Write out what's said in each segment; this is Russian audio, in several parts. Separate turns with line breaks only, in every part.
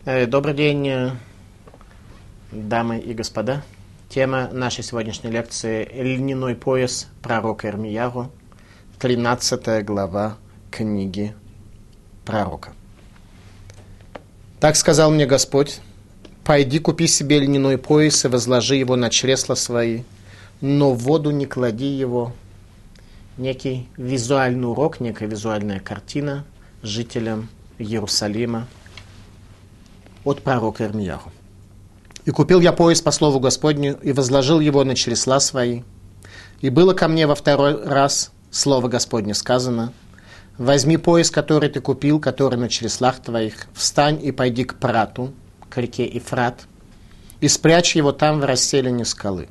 Добрый день, дамы и господа. Тема нашей сегодняшней лекции — «Льняной пояс пророка Ирмиягу», 13 глава книги пророка. «Так сказал мне Господь: пойди купи себе льняной пояс и возложи его на чресла свои, но в воду не клади его». Некий визуальный урок, некая визуальная картина жителям Иерусалима от пророка Ирмиягу. «И купил я пояс по слову Господню, и возложил его на чресла свои. И было ко мне во второй раз слово Господне сказано: возьми пояс, который ты купил, который на чреслах твоих, встань и пойди к Прату, к реке Ефрат, и спрячь его там в расселине скалы.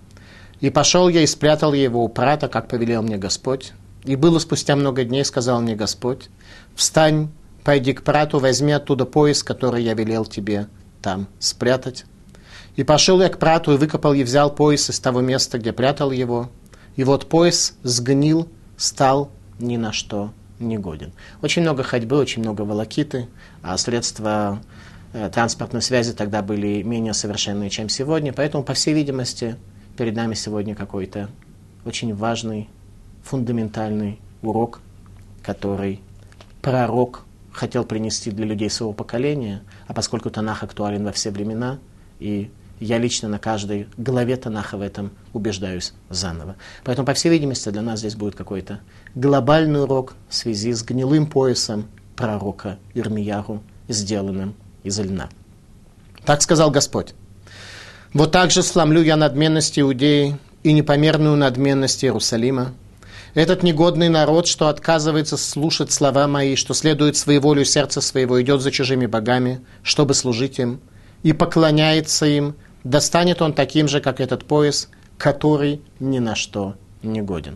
И пошел я и спрятал его у Прата, как повелел мне Господь. И было спустя много дней, сказал мне Господь: встань, пойди к Прату, возьми оттуда пояс, который я велел тебе там спрятать. И пошел я к Прату, и выкопал, и взял пояс из того места, где прятал его. И вот пояс сгнил, стал ни на что не годен». Очень много ходьбы, очень много волокиты, а средства транспортной связи тогда были менее совершенные, чем сегодня. Поэтому, по всей видимости, перед нами сегодня какой-то очень важный, фундаментальный урок, который пророк хотел принести для людей своего поколения, а поскольку Танах актуален во все времена, и я лично на каждой главе Танаха в этом убеждаюсь заново. Поэтому, по всей видимости, для нас здесь будет какой-то глобальный урок в связи с гнилым поясом пророка Ирмиягу, сделанным из льна. «Так сказал Господь: вот так же сломлю я надменность Иудеи и непомерную надменность Иерусалима. Этот негодный народ, что отказывается слушать слова мои, что следует своеволию сердца своего, идет за чужими богами, чтобы служить им, и поклоняется им, да станет он таким же, как этот пояс, который ни на что не годен.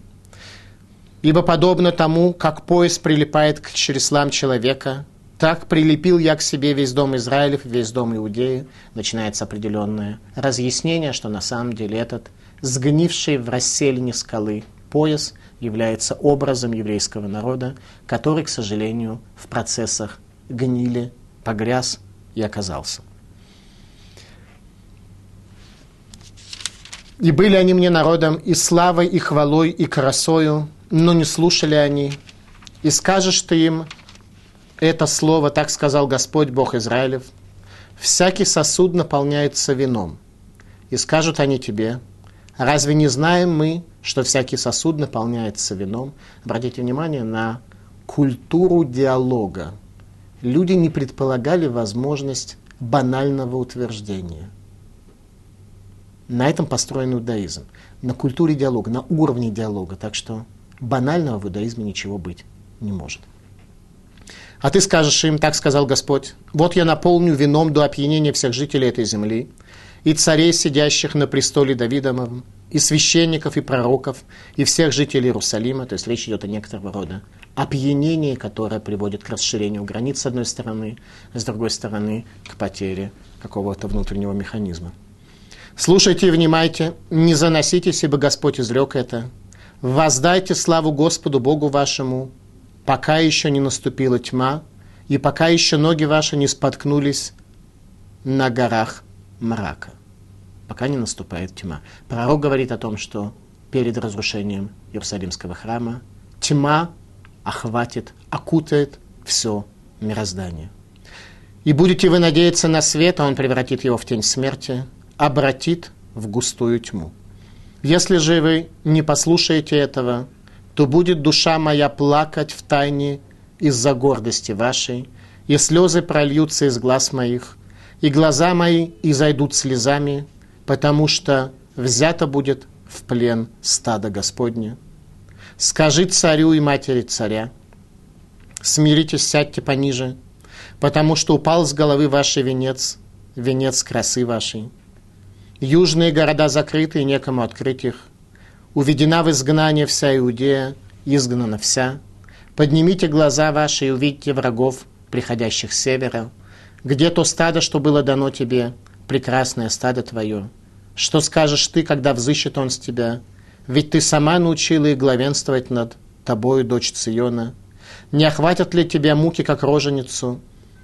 Ибо подобно тому, как пояс прилипает к чреслам человека, так прилепил я к себе весь дом Израилев, весь дом Иудеи». Начинается определенное разъяснение, что на самом деле этот сгнивший в расселине скалы пояс является образом еврейского народа, который, к сожалению, в процессах гнили, погряз и оказался. «И были они мне народом и славой, и хвалой, и красою, но не слушали они. И скажешь ты им это слово: так сказал Господь, Бог Израилев: всякий сосуд наполняется вином. И скажут они тебе: разве не знаем мы, что всякий сосуд наполняется вином?» Обратите внимание на культуру диалога. Люди не предполагали возможность банального утверждения. На этом построен иудаизм. На культуре диалога, на уровне диалога. Так что банального в иудаизме ничего быть не может. «А ты скажешь им: так сказал Господь: вот я наполню вином до опьянения всех жителей этой земли, и царей, сидящих на престоле Давидовом, и священников, и пророков, и всех жителей Иерусалима». То есть речь идет о некоторого рода опьянении, которое приводит к расширению границ с одной стороны, с другой стороны к потере какого-то внутреннего механизма. «Слушайте и внимайте, не заноситесь, ибо Господь изрек это. Воздайте славу Господу Богу вашему, пока еще не наступила тьма, и пока еще ноги ваши не споткнулись на горах мрака». Пока не наступает тьма. Пророк говорит о том, что перед разрушением Иерусалимского храма тьма охватит, окутает все мироздание. «И будете вы надеяться на свет, а он превратит его в тень смерти, обратит в густую тьму. Если же вы не послушаете этого, то будет душа моя плакать в тайне из-за гордости вашей, и слезы прольются из глаз моих, и глаза мои изойдут слезами, потому что взято будет в плен стадо Господне. Скажи царю и матери царя: смиритесь, сядьте пониже, потому что упал с головы вашей венец, венец красы вашей. Южные города закрыты, и некому открыть их. Уведена в изгнание вся Иудея, изгнана вся. Поднимите глаза ваши и увидите врагов, приходящих с севера. Где то стадо, что было дано тебе, прекрасное стадо твое? Что скажешь ты, когда взыщет он с тебя? Ведь ты сама научила их главенствовать над тобою, дочь Циона. Не охватят ли тебя муки, как роженицу,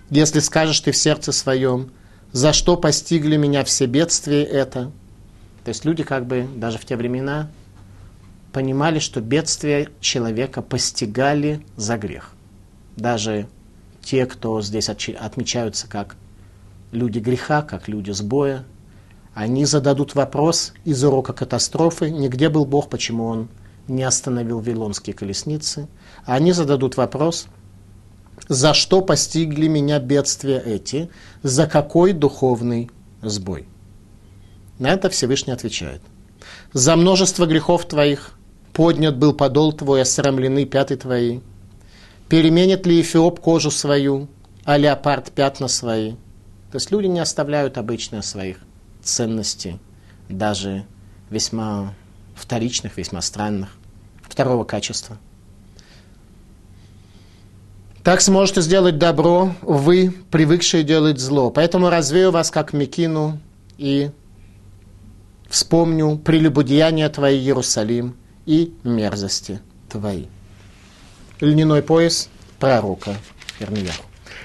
если скажешь ты в сердце своем, за что постигли меня все бедствия это. То есть люди как бы даже в те времена понимали, что бедствия человека постигали за грех. Даже те, кто здесь отмечаются как люди греха, как люди сбоя, они зададут вопрос из урока катастрофы, не где был Бог, почему Он не остановил вавилонские колесницы, а они зададут вопрос, за что постигли меня бедствия эти, за какой духовный сбой. На это Всевышний отвечает. За множество грехов твоих поднят был подол твой, осрамлены пяты твои. Переменит ли эфиоп кожу свою, а леопард пятна свои? То есть люди не оставляют обычно своих ценностей, даже весьма вторичных, весьма странных, второго качества. Так сможете сделать добро, вы, привыкшие делать зло. Поэтому развею вас, как мекину, и вспомню прелюбодеяния твои, Иерусалим, и мерзости твои. Льняной пояс пророка Ирмияху.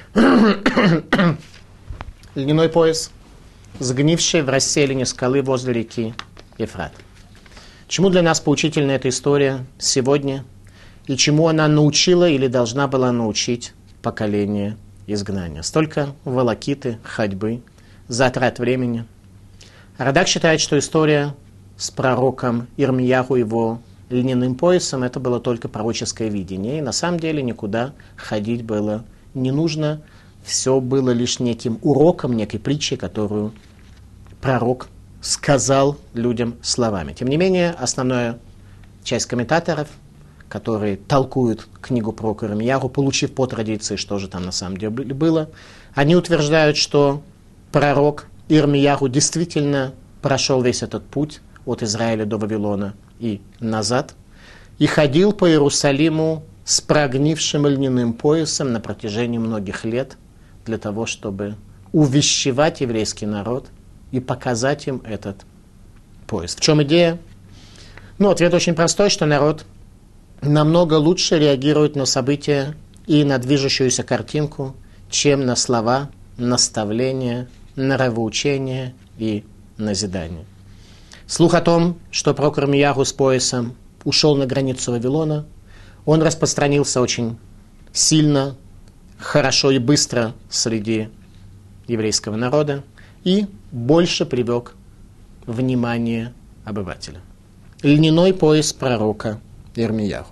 Льняной пояс, сгнивший в расселине скалы возле реки Ефрат. Чему для нас поучительна эта история сегодня? И чему она научила или должна была научить поколение изгнания? Столько волокиты, ходьбы, затрат времени. Радак считает, что история с пророком Ирмияху, его льняным поясом, это было только пророческое видение. И на самом деле никуда ходить было не нужно. Все было лишь неким уроком, некой притчей, которую пророк сказал людям словами. Тем не менее, основная часть комментаторов, которые толкуют книгу про Ирмияху, получив по традиции, что же там на самом деле было, они утверждают, что пророк Ирмияху действительно прошел весь этот путь от Израиля до Вавилона и назад, и ходил по Иерусалиму с прогнившим льняным поясом на протяжении многих лет для того, чтобы увещевать еврейский народ и показать им этот пояс. В чем идея? Ответ очень простой, что народ намного лучше реагирует на события и на движущуюся картинку, чем на слова, наставления, нравоучения и назидания. Слух о том, что пророк Ирмияху с поясом ушел на границу Вавилона, он распространился очень сильно, хорошо и быстро среди еврейского народа и больше привлек внимание обывателя. Льняной пояс пророка Ирмияху.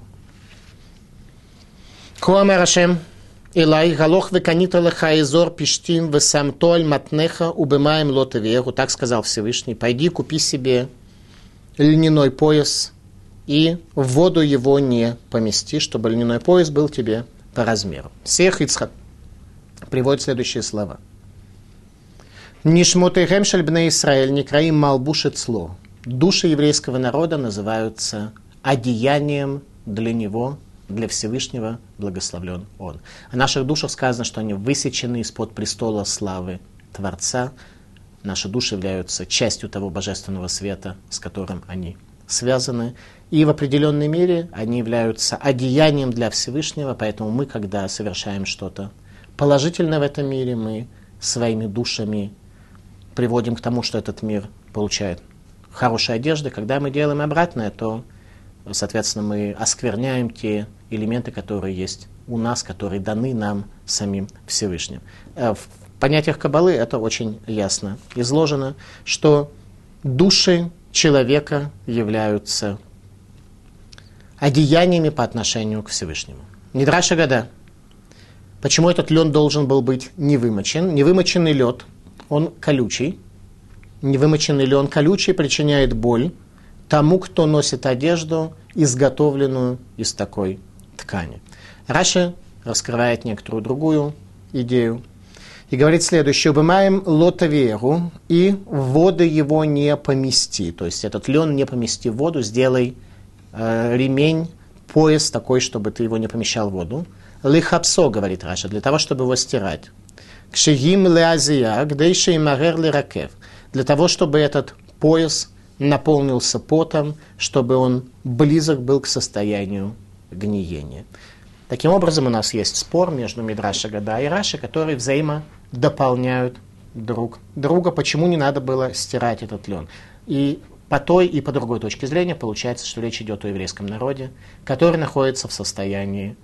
Коамер Ашем Илай галох веканита леха изор пиштим весамтоль матнеха убымаем лотовеху. Так сказал Всевышний. Пойди купи себе льняной пояс и в воду его не помести, чтобы льняной пояс был тебе по размеру. Сех Ицхак приводит следующие слова. Нишмотейхем шельбней Исраэль некраим малбушет сло. Души еврейского народа называются одеянием для него, для Всевышнего, благословлен Он. О наших душах сказано, что они высечены из-под престола славы Творца. Наши души являются частью того божественного света, с которым они связаны. И в определенной мере они являются одеянием для Всевышнего, поэтому мы, когда совершаем что-то положительное в этом мире, мы своими душами приводим к тому, что этот мир получает хорошие одежды. Когда мы делаем обратное, то, соответственно, мы оскверняем те элементы, которые есть у нас, которые даны нам самим Всевышним. В понятиях Каббалы это очень ясно изложено, что души человека являются одеяниями по отношению к Всевышнему. Мидраш Агада. Почему этот лен должен был быть не вымочен? Невымоченный лед, он колючий. Невымоченный лен колючий причиняет боль тому, кто носит одежду, изготовленную из такой ткани. Раши раскрывает некоторую другую идею и говорит следующее. «Убымаем лотоверу, и в воды его не помести». То есть этот лен не помести в воду, сделай ремень, пояс такой, чтобы ты его не помещал в воду. «Лихапсо», говорит Раша, для того, чтобы его стирать. «Кшегим леазия, гдейши имарер лиракев». Для того, чтобы этот пояс наполнился потом, чтобы он близок был к состоянию гниения. Таким образом, у нас есть спор между Мидраш Агада и Раши, которые взаимодополняют друг друга. Почему не надо было стирать этот лен? И по той, и по другой точке зрения получается, что речь идет о еврейском народе, который находится в состоянии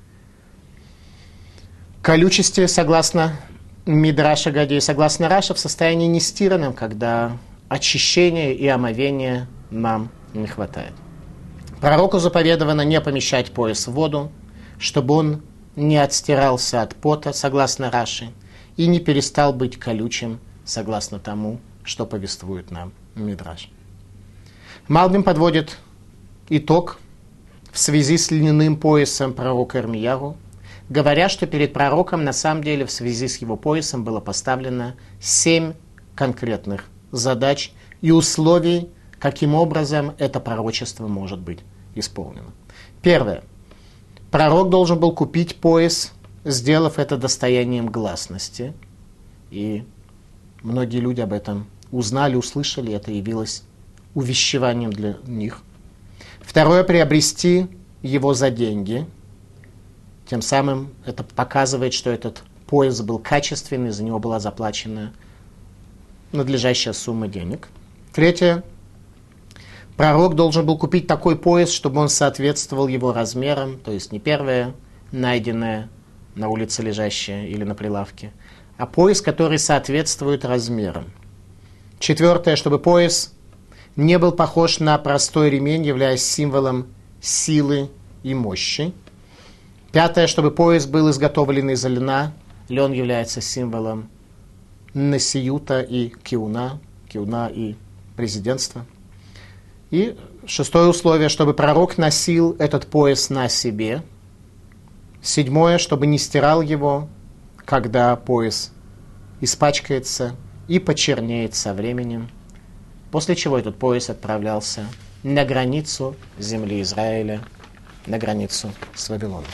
колючести, согласно Мидраш Агаде, и согласно Раши, в состоянии нестиранном, когда очищения и омовения нам не хватает. Пророку заповедовано не помещать пояс в воду, чтобы он не отстирался от пота, согласно Раши, и не перестал быть колючим, согласно тому, что повествует нам Мидраш. Малбим подводит итог в связи с льняным поясом пророка Ирмиягу, говоря, что перед пророком на самом деле в связи с его поясом было поставлено 7 конкретных задач и условий, каким образом это пророчество может быть исполнено. Первое. Пророк должен был купить пояс, сделав это достоянием гласности. И многие люди об этом узнали, услышали, это явилось увещеванием для них. Второе. Приобрести его за деньги. Тем самым это показывает, что этот пояс был качественный, за него была заплачена надлежащая сумма денег. Третье. Пророк должен был купить такой пояс, чтобы он соответствовал его размерам, то есть не первое, найденное на улице лежащее или на прилавке, а пояс, который соответствует размерам. Четвертое, чтобы пояс не был похож на простой ремень, являясь символом силы и мощи. Пятое, чтобы пояс был изготовлен из льна. Лен является символом насиюта и киуна и президентства. И шестое условие, чтобы пророк носил этот пояс на себе. Седьмое, чтобы не стирал его, когда пояс испачкается и почернеет со временем. После чего этот пояс отправлялся на границу земли Израиля, на границу с Вавилоном.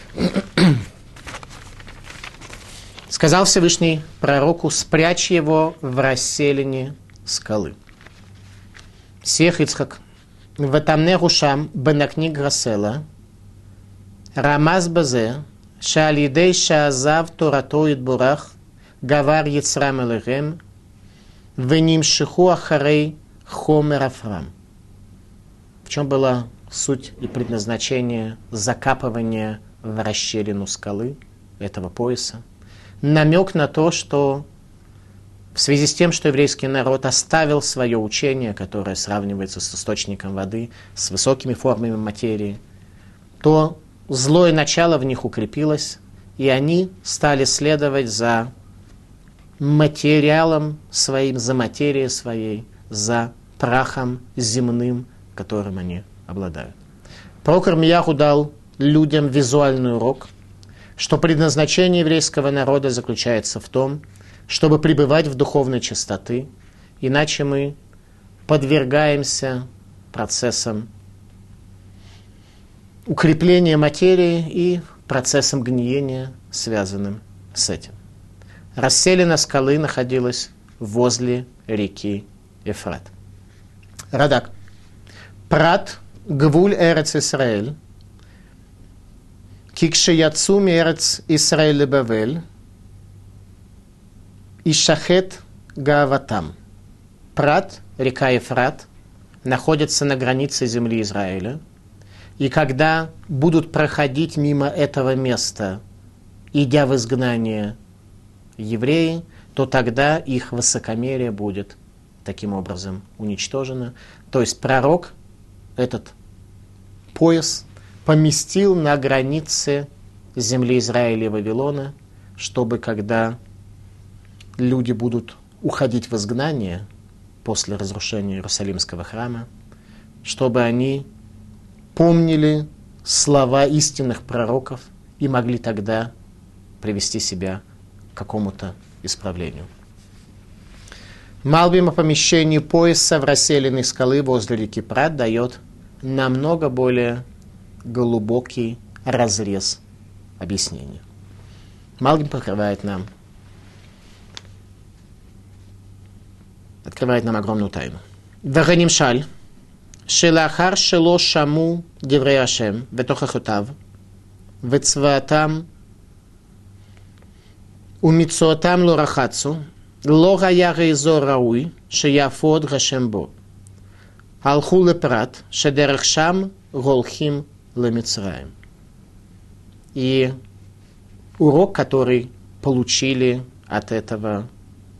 Сказал Всевышний пророку: спрячь его в расселине скалы. Сех Ицхак, ватамне рушам бенакни грасела, рамаз базе, шалидей шаазав торато идбурах, гавар яцрам элэгэм, венимшиху ахарей хомер афрам. В чем была суть и предназначение закапывания в расщелину скалы этого пояса? Намек на то, что в связи с тем, что еврейский народ оставил свое учение, которое сравнивается с источником воды, с высокими формами материи, то злое начало в них укрепилось, и они стали следовать за материалом своим, за материей своей, за прахом земным, которым они обладают. Пророк Ирмияху дал людям визуальный урок, что предназначение еврейского народа заключается в том, чтобы пребывать в духовной чистоты, иначе мы подвергаемся процессам укрепления материи и процессам гниения, связанным с этим. Расселена скалы находилась возле реки Ефрат. Радак. Прат гвуль эрец Исраэль, кикше яцу мерец Исраэль лебавель, и шахет гааватам. Прат, река Ефрат, находится на границе земли Израиля. И когда будут проходить мимо этого места, идя в изгнание евреи, то тогда их высокомерие будет таким образом уничтожено. То есть пророк этот пояс поместил на границе земли Израиля и Вавилона, чтобы когда люди будут уходить в изгнание после разрушения Иерусалимского храма, чтобы они помнили слова истинных пророков и могли тогда привести себя к какому-то исправлению. Малбим о помещении пояса в расселенной скалы возле реки Прат дает намного более глубокий разрез объяснения. Малбим открывает нам огромную тайну. Ваганимшаль, шелахар шело шаму деврей Ашем, ветохахотав, вецваатам умитсуатам лорахацу лога ягейзо рауи шеяфод гашембо алху лепрат шедерахшам голхим лемицраим. И урок, который получили от этого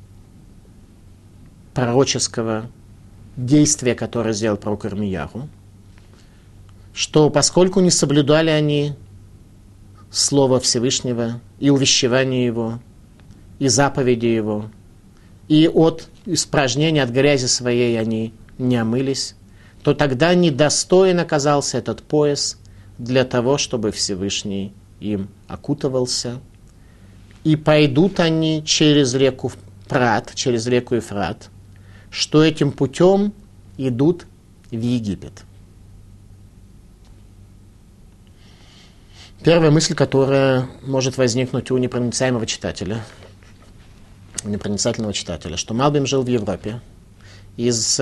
пророческого действия, которое сделал пророк Ирмияху, что поскольку не соблюдали они Слово Всевышнего и увещевание Его, и заповеди Его, и от испражнения, от грязи своей они не омылись, то тогда недостоин оказался этот пояс для того, чтобы Всевышний им окутывался. И пойдут они через реку Прат, через реку Ефрат, что этим путем идут в Египет. Первая мысль, которая может возникнуть у непроницаемого читателя, у непроницательного читателя, что Малбим жил в Европе, с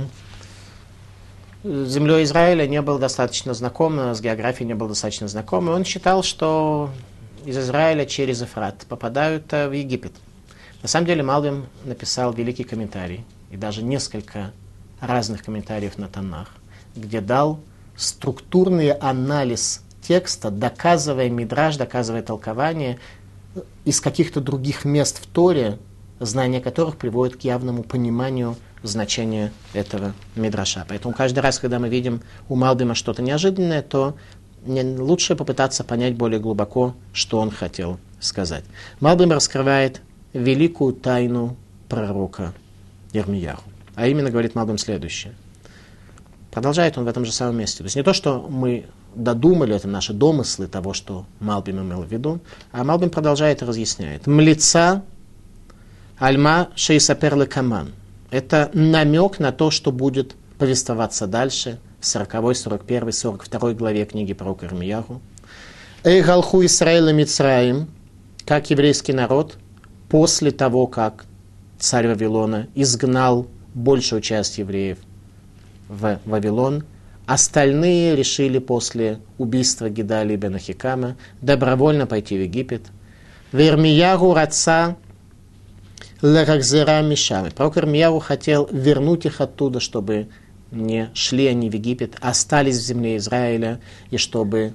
землей Израиля не был достаточно знаком, с географией не был достаточно знаком, и он считал, что из Израиля через Ефрат попадают в Египет. На самом деле Малбим написал великий комментарий, и даже несколько разных комментариев на Танах, где дал структурный анализ текста, доказывая мидраш, доказывая толкование из каких-то других мест в Торе, знание которых приводит к явному пониманию значения этого мидраша. Поэтому каждый раз, когда мы видим у Малбима что-то неожиданное, то лучше попытаться понять более глубоко, что он хотел сказать. Малбим раскрывает великую тайну пророка Ирмияху. А именно, говорит Малбим, следующее. Продолжает он в этом же самом месте. То есть не то, что мы додумали, это наши домыслы того, что Малбим имел в виду, а Малбим продолжает и разъясняет. Млица альма шейсапер лекаман. Это намек на то, что будет повествоваться дальше, в 40, 41, 42 главе книги пророка Ирмияху. Эй галху Исраэль Мицраим, как еврейский народ, после того, как царь Вавилона изгнал большую часть евреев в Вавилон, остальные решили после убийства Гедалии бен Ахикама добровольно пойти в Египет. В Ирмияху раца лерахзера мишами. Пророк Ирмияху хотел вернуть их оттуда, чтобы не шли они в Египет, остались в земле Израиля, и чтобы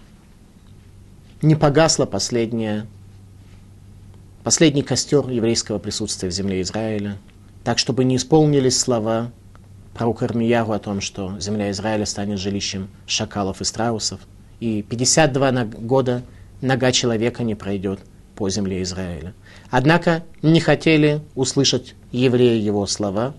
не погасло последний костер еврейского присутствия в земле Израиля, так, чтобы не исполнились слова пророка Ирмияху о том, что земля Израиля станет жилищем шакалов и страусов, и 52 года нога человека не пройдет по земле Израиля. Однако не хотели услышать евреи его слова,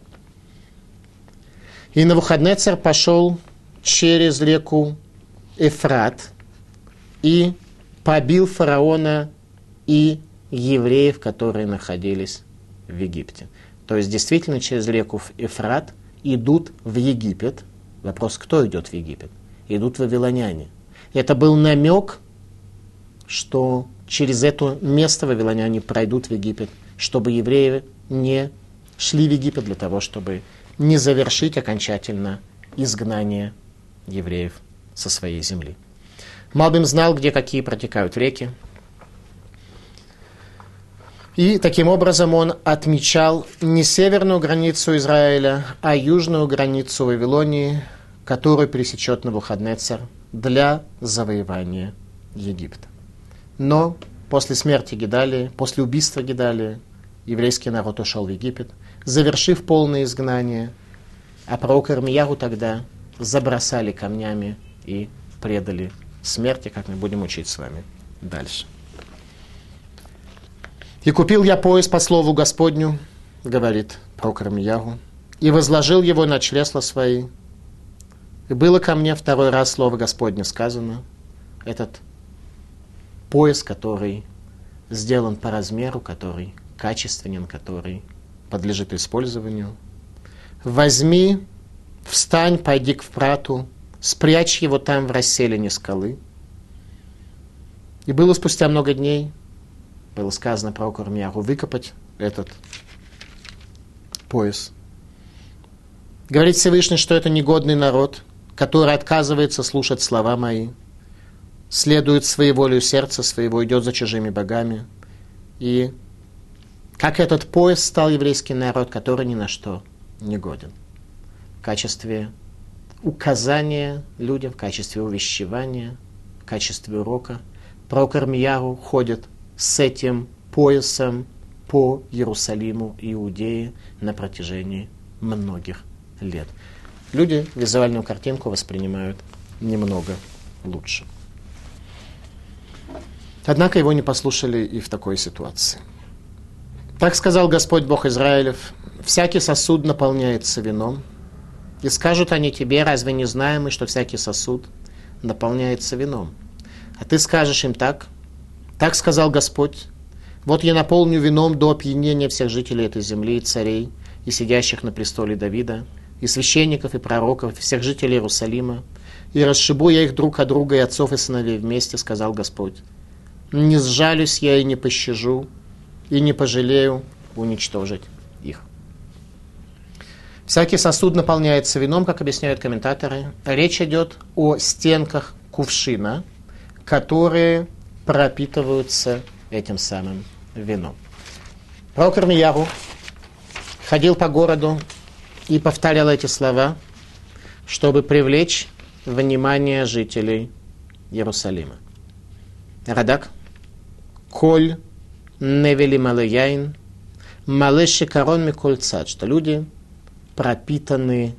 и Навуходнецар пошел через реку Ефрат и побил фараона и евреев, которые находились в Египте. То есть, действительно, через реку Ефрат идут в Египет. Вопрос, кто идет в Египет? Идут вавилоняне. Это был намек, что через это место вавилоняне пройдут в Египет, чтобы евреи не шли в Египет для того, чтобы не завершить окончательно изгнание евреев со своей земли. Малбим знал, где какие протекают реки. И таким образом он отмечал не северную границу Израиля, а южную границу Вавилонии, которую пересечет Навуходнецар для завоевания Египта. Но после смерти Гедалии, после убийства Гедалии, еврейский народ ушел в Египет, завершив полное изгнание, а пророка Ирмияху тогда забросали камнями и предали смерти, как мы будем учить с вами дальше. «И купил я пояс по слову Господню, — говорит пророк Ирмияху, — и возложил его на чресла свои. И было ко мне второй раз слово Господне сказано, этот пояс, который сделан по размеру, который качественен, который подлежит использованию. Возьми, встань, пойди к Фрату, спрячь его там в расселине скалы. И было спустя много дней, было сказано пророку Ирмияху выкопать этот пояс. Говорит Всевышний, что это негодный народ, который отказывается слушать слова мои. следует своей воле сердца своего, идет за чужими богами. И как этот поезд стал еврейский народ, который ни на что не годен. В качестве указания людям, в качестве увещевания, в качестве урока. Пророк Ирмияу ходит с этим поясом по Иерусалиму и Иудее на протяжении многих лет. Люди визуальную картинку воспринимают немного лучше. Однако его не послушали и в такой ситуации. Так сказал Господь Бог Израилев: «Всякий сосуд наполняется вином, и скажут они тебе: разве не знаем мы, что всякий сосуд наполняется вином? А ты скажешь им так: так сказал Господь, вот я наполню вином до опьянения всех жителей этой земли, и царей, и сидящих на престоле Давида, и священников, и пророков, и всех жителей Иерусалима, и расшибу я их друг от друга, и отцов, и сыновей вместе, сказал Господь. Не сжалюсь я и не пощажу, и не пожалею уничтожить их». Всякий сосуд наполняется вином, как объясняют комментаторы. Речь идет о стенках кувшина, которые пропитываются этим самым вином. Пророк Ирмияу ходил по городу и повторял эти слова, чтобы привлечь внимание жителей Иерусалима. Радак: «Коль невели малыяин, малый шикарон миколь цад», что люди пропитаны,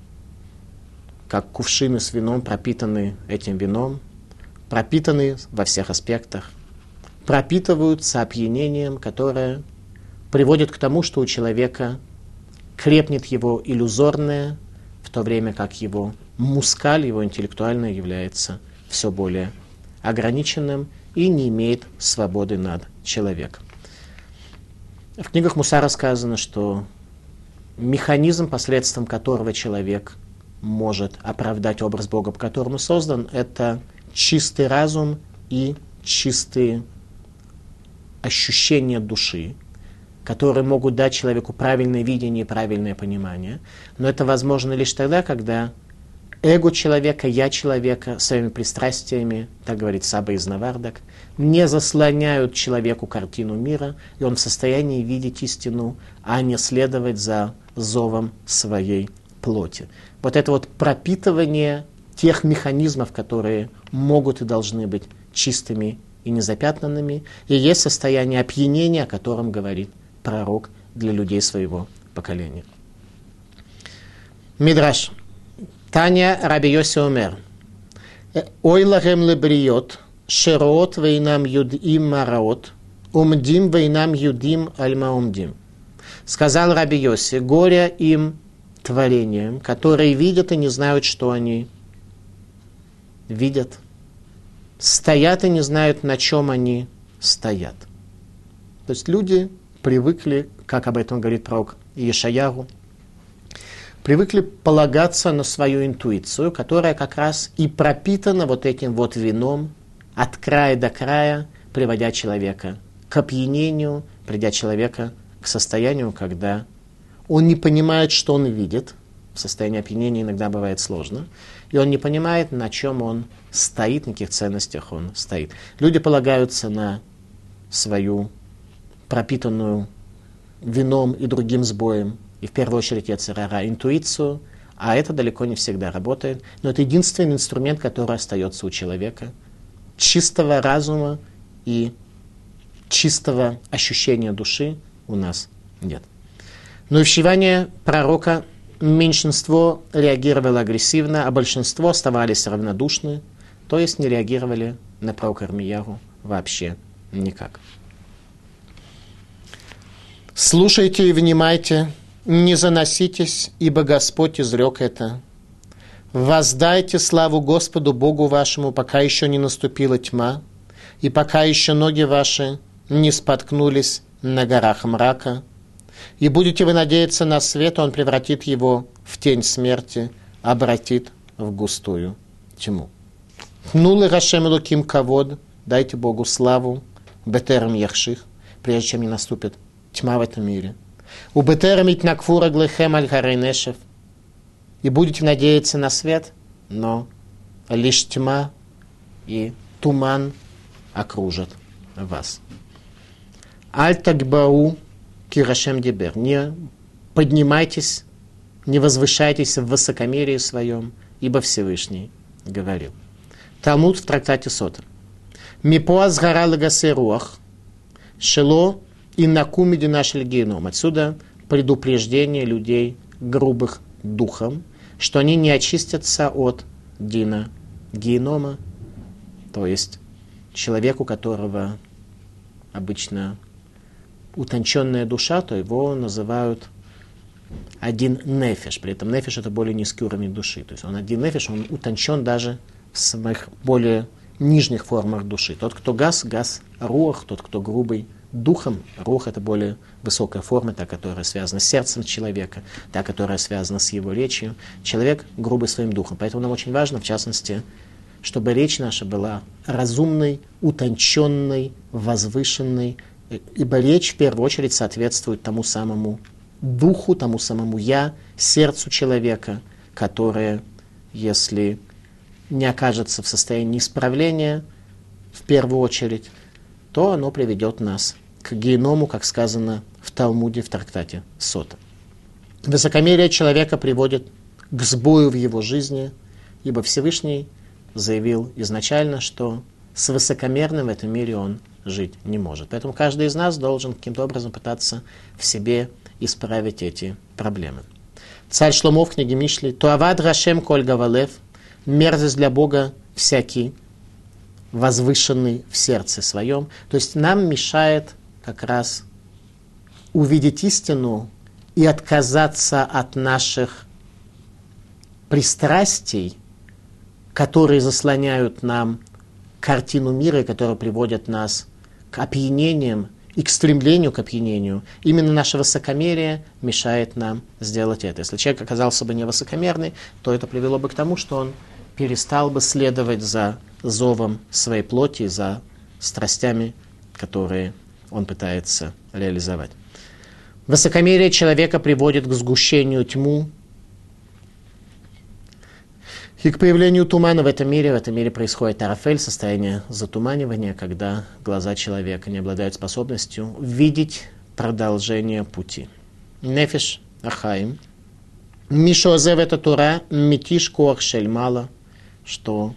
как кувшины с вином, пропитаны этим вином, пропитаны во всех аспектах, пропитываются опьянением, которое приводит к тому, что у человека крепнет его иллюзорное, в то время как его мускаль, его интеллектуальное является все более ограниченным и не имеет свободы над человеком. В книгах Мусара сказано, что механизм, посредством которого человек может оправдать образ Бога, по которому создан, это чистый разум и чистые ощущения души, которые могут дать человеку правильное видение и правильное понимание. Но это возможно лишь тогда, когда эго человека, я человека своими пристрастиями, так говорит Саба из Навардак, не заслоняют человеку картину мира, и он в состоянии видеть истину, а не следовать за зовом своей плоти. Вот это вот пропитывание тех механизмов, которые могут и должны быть чистыми и незапятнанными, и есть состояние опьянения, о котором говорит пророк для людей своего поколения. Мидраш. Таня Раби Йоси омер: «Ой лахем лебриот, шероот вейнам юдим мараот, умдим вейнам юдим альма умдим». Сказал Раби Йоси: «Горе им творениям, которые видят и не знают, что они видят, стоят и не знают, на чем они стоят». То есть люди привыкли, как об этом говорит пророк Иешаяху, привыкли полагаться на свою интуицию, которая как раз и пропитана вот этим вот вином от края до края, приводя человека к опьянению, приводя человека к состоянию, когда он не понимает, что он видит. В состоянии опьянения иногда бывает сложно. И он не понимает, на чем он стоит, на каких ценностях он стоит. Люди полагаются на свою пропитанную вином и другим сбоем, и в первую очередь яцер-гара, интуицию, а это далеко не всегда работает. Но это единственный инструмент, который остается у человека. Чистого разума и чистого ощущения души у нас нет. Но и в вещевание пророка меньшинство реагировало агрессивно, а большинство оставались равнодушны, то есть не реагировали на пророка Ирмияху вообще никак. «Слушайте и внимайте, не заноситесь, ибо Господь изрек это. Воздайте славу Господу Богу вашему, пока еще не наступила тьма, и пока еще ноги ваши не споткнулись на горах мрака. И будете вы надеяться на свет, Он превратит его в тень смерти, обратит в густую тьму. Тнулы Рашем Элоким кавод, дайте Богу славу, бетерем яхших, прежде чем не наступит тьма в этом мире. У бетерем итнакфура глэхэм аль харейнешев, и будете надеяться на свет, но лишь тьма и туман окружит вас. Аль-Тагбау кирашем дибер. Не поднимайтесь, не возвышайтесь в высокомерии своем, ибо Всевышний говорил. Талмуд в трактате Сота. Мипоа сгора лагасе руах, шело и накумиди наш геном. Отсюда предупреждение людей грубых духом, что они не очистятся от дина генома, то есть человек, у которого обычно утонченная душа, то его называют один нефеш. При этом нефеш — это более низкий уровень души. То есть он один нефеш, он утончен даже в своих более нижних формах души. Тот, кто гас руах, тот, кто грубый духом, руах — это более высокая форма, та, которая связана с сердцем человека, та, которая связана с его речью. Человек грубый своим духом. Поэтому нам очень важно, в частности, чтобы речь наша была разумной, утонченной, возвышенной, ибо речь в первую очередь соответствует тому самому духу, тому самому я, сердцу человека, которое, если не окажется в состоянии исправления, в первую очередь, то оно приведет нас к геному, как сказано в Талмуде, в трактате Сота. Высокомерие человека приводит к сбою в его жизни, ибо Всевышний заявил изначально, что с высокомерным в этом мире он жить не может. Поэтому каждый из нас должен каким-то образом пытаться в себе исправить эти проблемы. Царь Шломо в книге Мишли: «Туавад рашем коль гавалев», мерзость для Бога всякий, возвышенный в сердце своем. То есть нам мешает как раз увидеть истину и отказаться от наших пристрастий, которые заслоняют нам картину мира, и которые приводят нас к опьянениям и к стремлению к опьянению. Именно наше высокомерие мешает нам сделать это. Если человек оказался бы невысокомерный, то это привело бы к тому, что он перестал бы следовать за зовом своей плоти, за страстями, которые он пытается реализовать. Высокомерие человека приводит к сгущению тьмы и к появлению тумана в этом мире. В этом мире происходит арафель, состояние затуманивания, когда глаза человека не обладают способностью видеть продолжение пути. Нефеш ахаим. Мишозев это Тура, митиш коах шельмала, что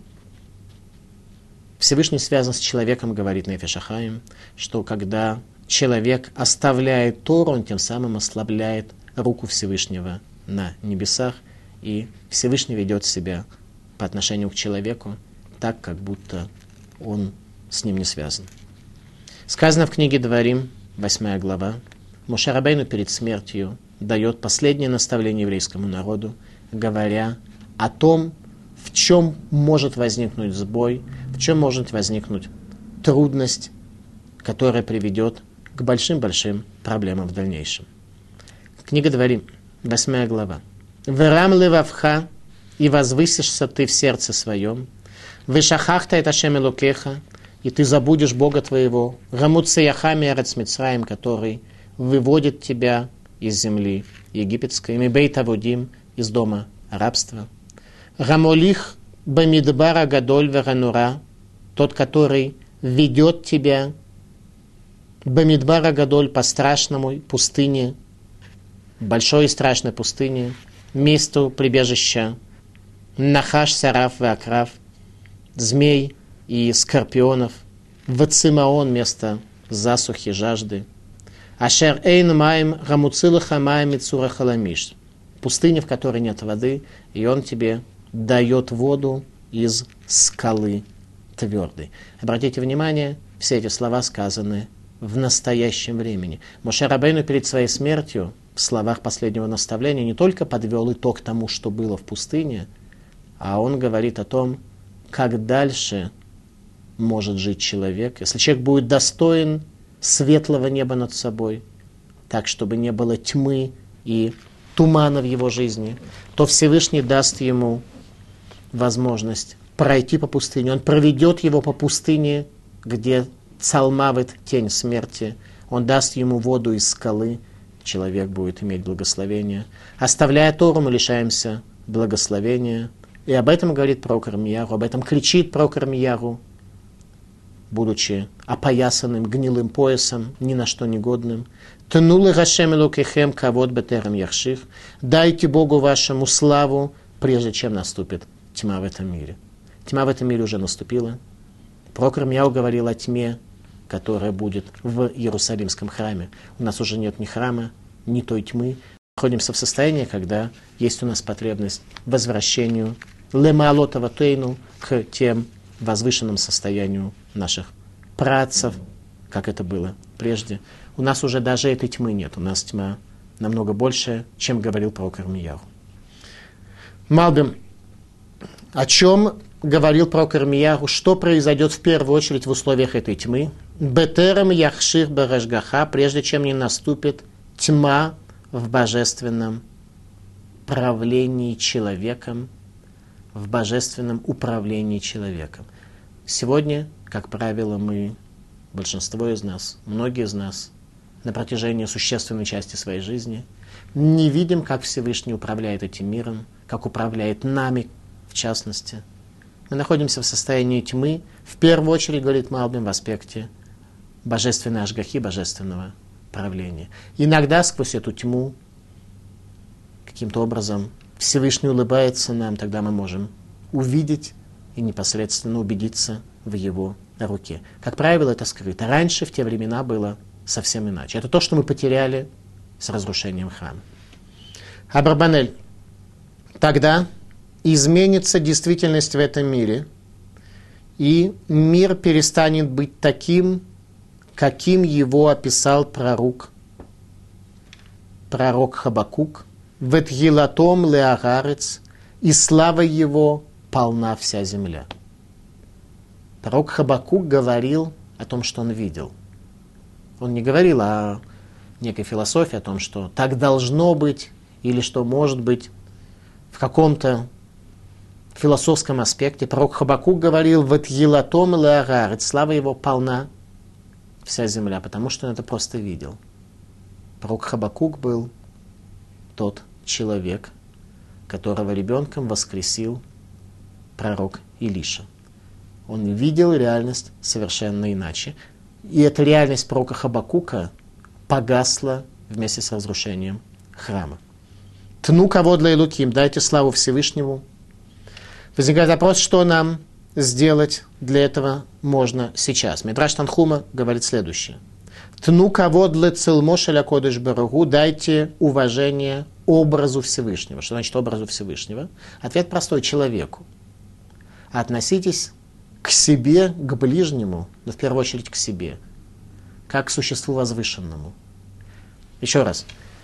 Всевышний связан с человеком, говорит Нефеш ахаим, что когда человек оставляет Тору, он тем самым ослабляет руку Всевышнего на небесах, и Всевышний ведет себя по отношению к человеку так, как будто он с ним не связан. Сказано в книге Дворим, 8 глава, Моше Рабейну перед смертью дает последнее наставление еврейскому народу, говоря о том, в чем может возникнуть сбой, в чем может возникнуть трудность, которая приведет к большим-большим проблемам в дальнейшем. Книга Дворим, 8 глава. «Верам левавха, и возвысишься ты в сердце своем, вешахахта это Ашем Элокеха, и ты забудешь Бога твоего, рамут саяхами арец Мицраим, который выводит тебя из земли египетской, мибейт аводим, из дома рабства, рамолих бамидбара гадоль веранура, тот, который ведет тебя бамидбара гадоль по страшному пустыне, большой и страшной пустыне, месту прибежища, нахаш, сараф и акрав, змей и скорпионов, вацимаон, место засухи, жажды, ашер эйн маем рамуцилаха маем мицура халамиш, пустыня, в которой нет воды, и он тебе дает воду из скалы твердой. Обратите внимание, все эти слова сказаны в настоящем времени. Моше Рабейну перед своей смертью в словах последнего наставления не только подвел итог тому, что было в пустыне, а он говорит о том, как дальше может жить человек, если человек будет достоин светлого неба над собой, так, чтобы не было тьмы и тумана в его жизни, то Всевышний даст ему возможность пройти по пустыне. Он проведет его по пустыне, где цалмавит тень смерти. Он даст ему воду из скалы. Человек будет иметь благословение. Оставляя Тору, мы лишаемся благословения. И об этом говорит пророк Ирмияру, об этом кричит пророк Ирмияру будучи опоясанным гнилым поясом, ни на что негодным. Тнулы Гашем Элокехем кавод бетерем яхшив. Дайте Богу вашему славу, прежде чем наступит тьма в этом мире. Тьма в этом мире уже наступила. Пророк Ирмияу говорил о тьме, которая будет в Иерусалимском храме. У нас уже нет ни храма, ни той тьмы. Мы находимся в состоянии, когда есть у нас потребность к возвращению лемаалотаватейну, к тем возвышенным состоянию наших праотцев, как это было прежде. У нас уже даже этой тьмы нет. У нас тьма намного больше, чем говорил пророк Ирмияу. Малбим, о чем говорил пророк Ирмияу, что произойдет в первую очередь в условиях этой тьмы? Бетерем яхшир барашгаха, прежде чем не наступит тьма в божественном правлении человеком, в божественном управлении человеком. Сегодня, как правило, большинство из нас, многие из нас, на протяжении существенной части своей жизни не видим, как Всевышний управляет этим миром, как управляет нами, в частности. Мы находимся в состоянии тьмы, в первую очередь, говорит Малбим, в аспекте божественной ашгахи, божественного правления. Иногда сквозь эту тьму каким-то образом Всевышний улыбается нам, тогда мы можем увидеть и непосредственно убедиться в его руке. Как правило, это скрыто. Раньше, в те времена, было совсем иначе. Это то, что мы потеряли с разрушением храма. Абрабанель, тогда изменится действительность в этом мире, и мир перестанет быть таким, каким его описал пророк Хабакук, «Ветгилатом леагарец», и слава его полна вся земля. Пророк Хабакук говорил о том, что он видел. Он не говорил о некой философии, о том, что так должно быть, или что может быть в каком-то философском аспекте. Пророк Хабакук говорил «Ветгилатом леагарец», слава его полна вся земля, потому что он это просто видел. Пророк Хабакук был тот человек, которого ребенком воскресил пророк Илиша. Он видел реальность совершенно иначе. И эта реальность пророка Хабакука погасла вместе с разрушением храма. Тну кого для Илуким, дайте славу Всевышнему. Возникает вопрос, что нам сделать для этого можно сейчас. Мидраш Танхума говорит следующее. Тну кого для Цилмошеля Кодыш Баругу, дайте уважение образу Всевышнего. Что значит образу Всевышнего? Ответ простой: человеку. Относитесь к себе, к ближнему, но в первую очередь к себе, как к существу возвышенному. Еще раз.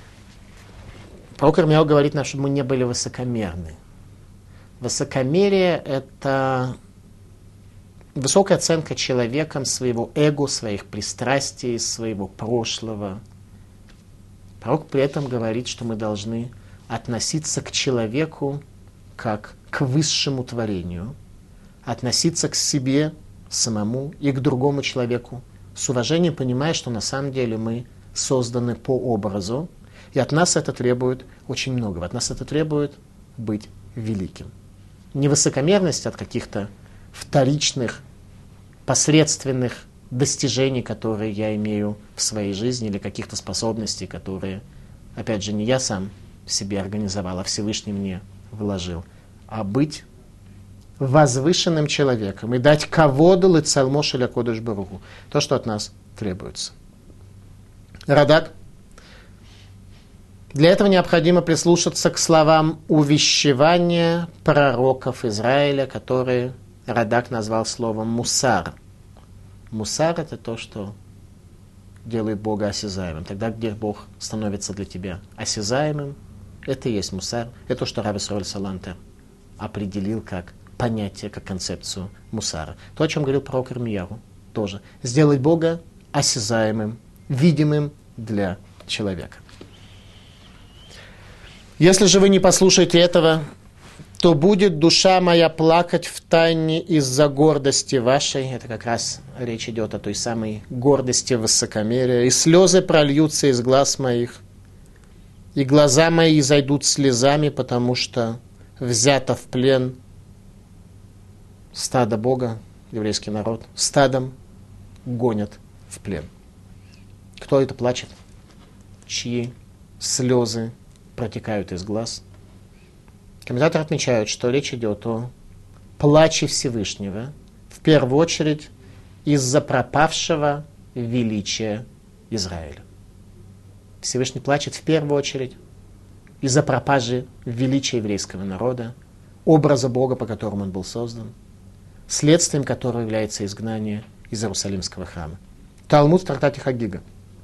Пророк Ирмияу говорит нам, чтобы мы не были высокомерны. Высокомерие – это высокая оценка человеком своего эго, своих пристрастий, своего прошлого. Пророк при этом говорит, что мы должны относиться к человеку как к высшему творению, относиться к себе самому и к другому человеку с уважением, понимая, что на самом деле мы созданы по образу, и от нас это требует очень многого. От нас это требует быть великим. Не высокомерность от каких-то вторичных, посредственных достижений, которые я имею в своей жизни, или каких-то способностей, которые, опять же, не я сам себе организовал, а Всевышний мне вложил, а быть возвышенным человеком и дать каводу лыцалмошеля кодыш баруху, то, что от нас требуется. Радак. Для этого необходимо прислушаться к словам увещевания пророков Израиля, которые Радак назвал словом мусар. Мусар – это то, что делает Бога осязаемым. Тогда, где Бог становится для тебя осязаемым, это и есть мусар. Это то, что Рав Исроэль Салантер определил как понятие, как концепцию мусара. То, о чем говорил пророк Ирмияу, тоже. Сделать Бога осязаемым, видимым для человека. Если же вы не послушаете этого, то будет душа моя плакать в тайне из-за гордости вашей. Это как раз речь идет о той самой гордости, высокомерия. И слезы прольются из глаз моих, и глаза мои изойдут слезами, потому что взято в плен стадо Бога, еврейский народ, стадом гонят в плен. Кто это плачет? Чьи слезы протекают из глаз? Комментаторы отмечают, что речь идет о плаче Всевышнего, в первую очередь из-за пропавшего величия Израиля. Всевышний плачет в первую очередь из-за пропажи величия еврейского народа, образа Бога, по которому он был создан, следствием которого является изгнание из Иерусалимского храма. Талмуд в трактате Хагига.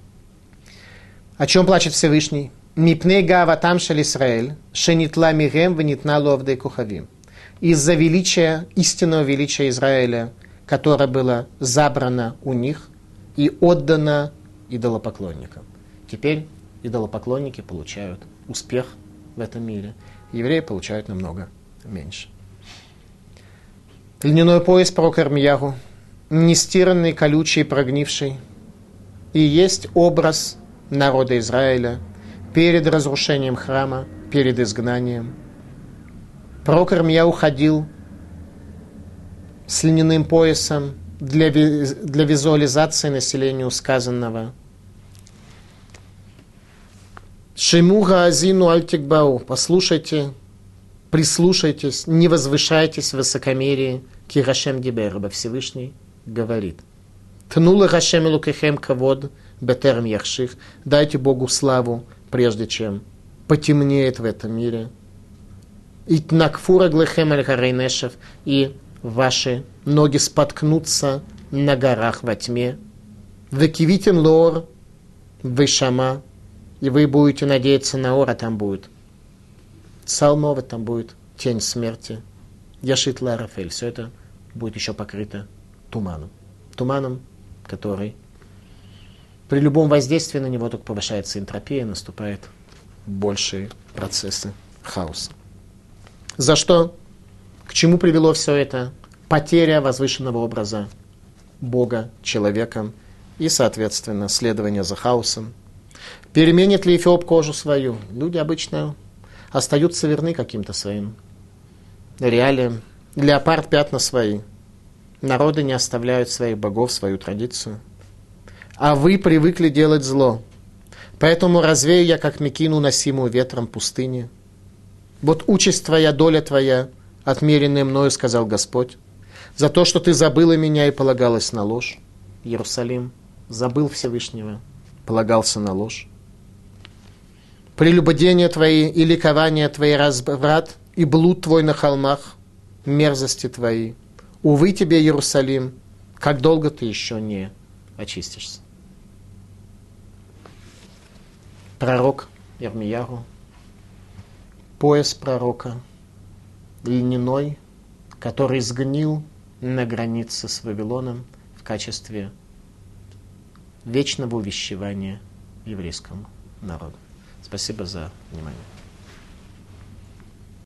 О чем плачет Всевышний? «Мипней гааватам шель Исраэль, шенитла мирем венитна ловдей кухавим». Из-за величия, истинного величия Израиля, которое было забрано у них и отдано идолопоклонникам. Теперь идолопоклонники получают успех в этом мире, евреи получают намного меньше. Льняной пояс пророка Ирмиягу, нестиранный, колючий, прогнивший, и есть образ народа Израиля перед разрушением храма, перед изгнанием. Пророк Ирмиягу ходил с льняным поясом для визуализации населению сказанного. Шиму гаазину альтикбау, послушайте, прислушайтесь, не возвышайтесь в высокомерии, кирашем дибер, ибо Всевышний говорит. Тнула рашем лукехем кавод, бетерм яхших, дайте Богу славу, прежде чем потемнеет в этом мире. И тнакфура глехем аль-гарейнешев, и ваши ноги споткнутся на горах во тьме. Векивитен лор, вешама, и вы будете надеяться на ор, а там будет Салмова, там будет тень смерти. Яшит Ларафель. Все это будет еще покрыто туманом. Туманом, который при любом воздействии на него только повышается энтропия, наступают большие процессы хаоса. За что? К чему привело все это? Потеря возвышенного образа Бога человеком и, соответственно, следование за хаосом. Переменит ли Эфиоп кожу свою? Люди обычно остаются верны каким-то своим реалиям. Леопард пятна свои. Народы не оставляют своих богов, свою традицию. А вы привыкли делать зло. Поэтому развею я, как мекину, носимую ветром пустыни. Вот участь твоя, доля твоя, отмеренная мною, сказал Господь, за то, что ты забыла меня и полагалась на ложь. Иерусалим забыл Всевышнего, полагался на ложь. Прелюбодения твои и ликования твои, разврат и блуд твой на холмах, мерзости твои. Увы тебе, Иерусалим, как долго ты еще не очистишься. Пророк Ирмиягу, пояс пророка, льняной, который сгнил на границе с Вавилоном в качестве вечного увещевания еврейскому народу. Спасибо за внимание.